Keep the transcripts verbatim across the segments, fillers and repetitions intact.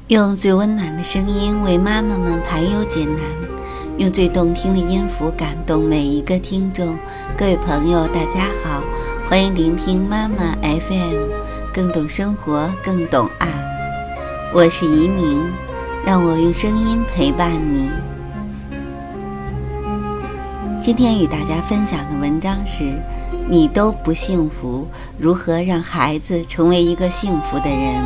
用最温暖的声音为妈妈们排忧解难，用最动听的音符感动每一个听众。各位朋友大家好，欢迎聆听妈妈 F M， 更懂生活，更懂爱。我是怡明，让我用声音陪伴你。今天与大家分享的文章是你都不幸福，如何让孩子成为一个幸福的人。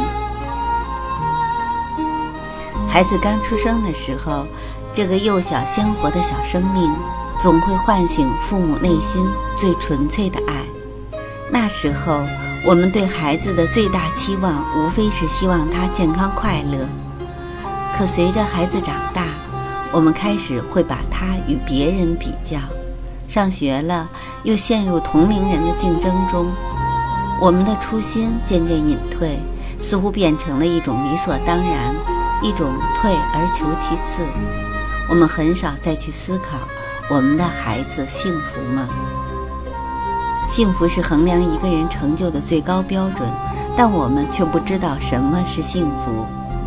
孩子刚出生的时候，这个幼小鲜活的小生命总会唤醒父母内心最纯粹的爱。那时候我们对孩子的最大期望无非是希望他健康快乐。可随着孩子长大，我们开始会把他与别人比较，上学了又陷入同龄人的竞争中，我们的初心渐渐隐退，似乎变成了一种理所当然，一种退而求其次。我们很少再去思考我们的孩子幸福吗？幸福是衡量一个人成就的最高标准，但我们却不知道什么是幸福。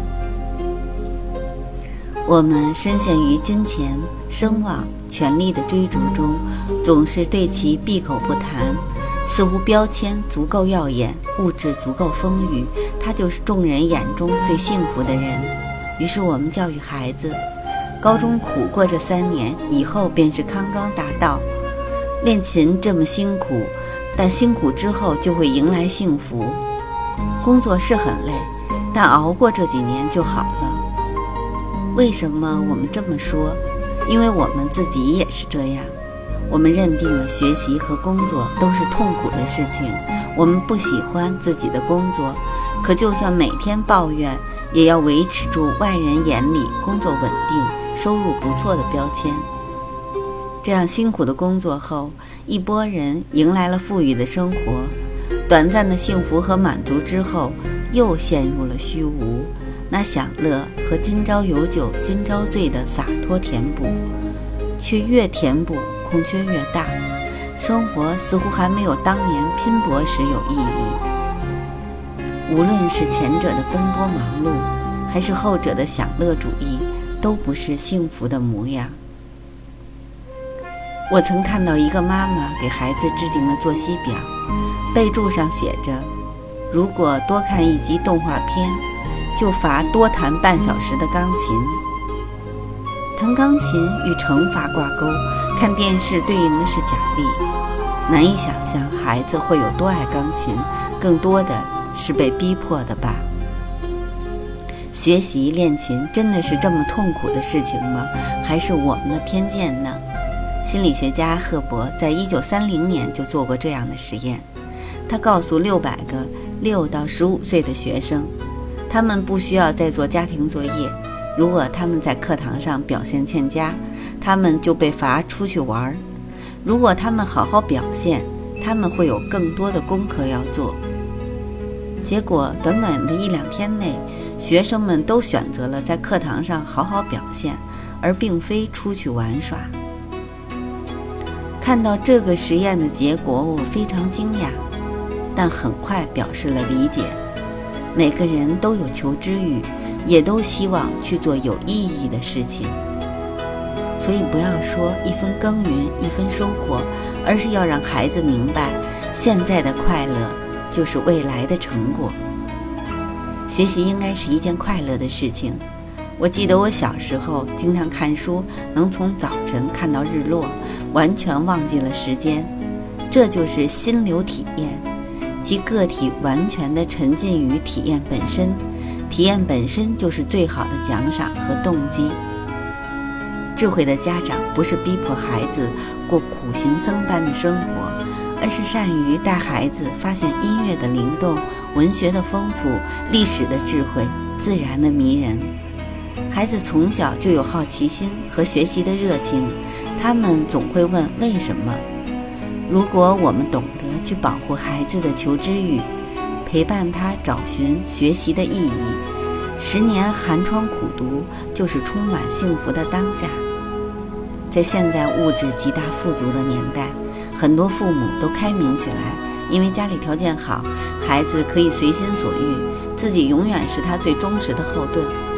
我们深陷于金钱、声望、权力的追逐中，总是对其闭口不谈，似乎标签足够耀眼，物质足够丰裕，他就是众人眼中最幸福的人。于是我们教育孩子，高中苦过这三年，以后便是康庄大道。练琴这么辛苦，但辛苦之后就会迎来幸福。工作是很累，但熬过这几年就好了。为什么我们这么说？因为我们自己也是这样。我们认定了学习和工作都是痛苦的事情，我们不喜欢自己的工作，可就算每天抱怨，也要维持住外人眼里工作稳定、收入不错的标签。这样辛苦的工作后，一拨人迎来了富裕的生活，短暂的幸福和满足之后，又陷入了虚无。那享乐和今朝有酒今朝醉的洒脱填补，却越填补空缺越大，生活似乎还没有当年拼搏时有意义。无论是前者的奔波忙碌，还是后者的享乐主义，都不是幸福的模样。我曾看到一个妈妈给孩子制定的作息表，备注上写着，如果多看一集动画片，就罚多弹半小时的钢琴。弹钢琴与惩罚挂钩，看电视对应的是奖励。难以想象孩子会有多爱钢琴，更多的是被逼迫的吧。学习练琴真的是这么痛苦的事情吗？还是我们的偏见呢？心理学家赫伯在一九三零年就做过这样的实验。他告诉六百个六到十五岁的学生，他们不需要再做家庭作业，如果他们在课堂上表现欠佳，他们就被罚出去玩；如果他们好好表现，他们会有更多的功课要做。结果短短的一两天内，学生们都选择了在课堂上好好表现，而并非出去玩耍。看到这个实验的结果，我非常惊讶，但很快表示了理解。每个人都有求知欲，也都希望去做有意义的事情。所以不要说一分耕耘一分收获，而是要让孩子明白，现在的快乐就是未来的成果。学习应该是一件快乐的事情。我记得我小时候经常看书，能从早晨看到日落，完全忘记了时间。这就是心流体验，即个体完全地沉浸于体验本身，体验本身就是最好的奖赏和动机。智慧的家长不是逼迫孩子过苦行僧般的生活，而是善于带孩子发现音乐的灵动、文学的丰富、历史的智慧、自然的迷人。孩子从小就有好奇心和学习的热情，他们总会问为什么。如果我们懂得去保护孩子的求知欲，陪伴他找寻学习的意义，十年寒窗苦读就是充满幸福的当下。在现在物质极大富足的年代，很多父母都开明起来，因为家里条件好，孩子可以随心所欲，自己永远是他最忠实的后盾。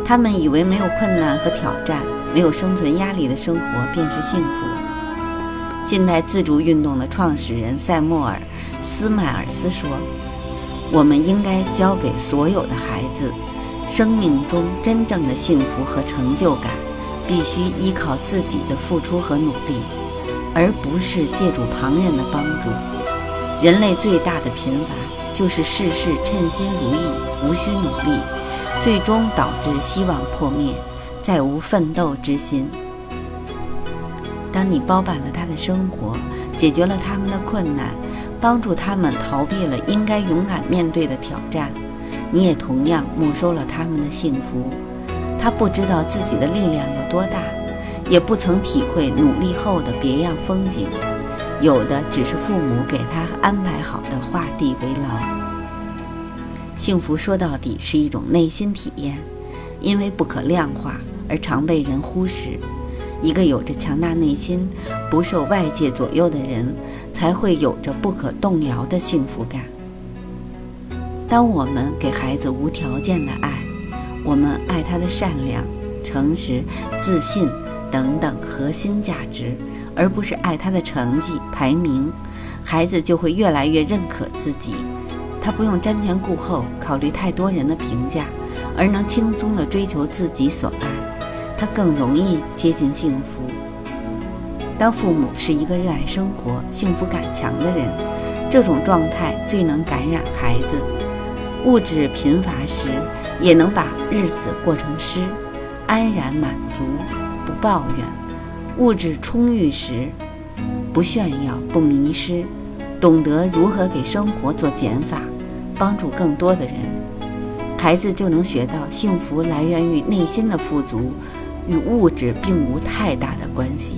他们以为没有困难和挑战，没有生存压力的生活便是幸福。近代自主运动的创始人塞缪尔·斯迈尔斯说，我们应该教给所有的孩子，生命中真正的幸福和成就感必须依靠自己的付出和努力，而不是借助旁人的帮助。人类最大的贫乏就是事事称心如意，无需努力，最终导致希望破灭，再无奋斗之心。当你包办了他的生活，解决了他们的困难，帮助他们逃避了应该勇敢面对的挑战，你也同样没收了他们的幸福。他不知道自己的力量有多大，也不曾体会努力后的别样风景，有的只是父母给他安排好的画地为牢。幸福说到底是一种内心体验，因为不可量化而常被人忽视。一个有着强大内心、不受外界左右的人，才会有着不可动摇的幸福感。当我们给孩子无条件的爱，我们爱他的善良、诚实、自信等等核心价值，而不是爱他的成绩、排名，孩子就会越来越认可自己。他不用瞻前顾后，考虑太多人的评价，而能轻松地追求自己所爱，他更容易接近幸福。当父母是一个热爱生活、幸福感强的人，这种状态最能感染孩子。物质贫乏时，也能把日子过成诗，安然满足，不抱怨；物质充裕时，不炫耀，不迷失，懂得如何给生活做减法，帮助更多的人。孩子就能学到幸福来源于内心的富足，与物质并无太大的关系。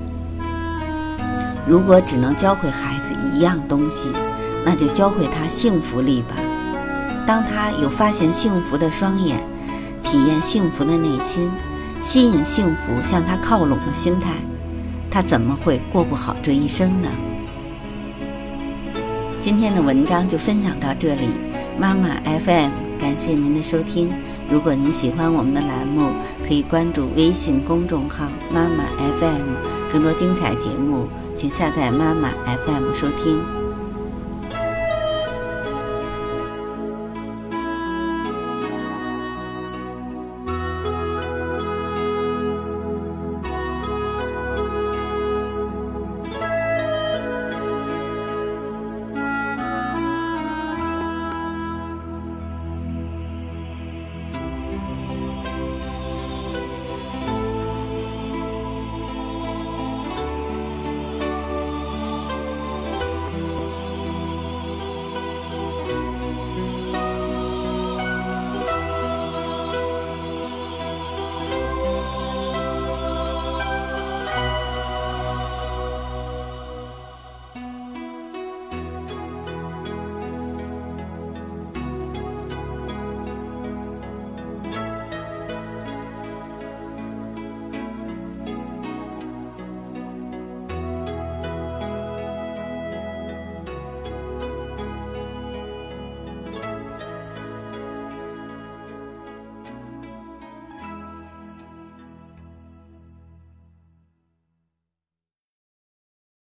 如果只能教会孩子一样东西，那就教会他幸福力吧。当他有发现幸福的双眼，体验幸福的内心，吸引幸福向他靠拢的心态，他怎么会过不好这一生呢？今天的文章就分享到这里，妈妈 F M 感谢您的收听。如果您喜欢我们的栏目，可以关注微信公众号妈妈 F M， 更多精彩节目请下载妈妈 F M 收听。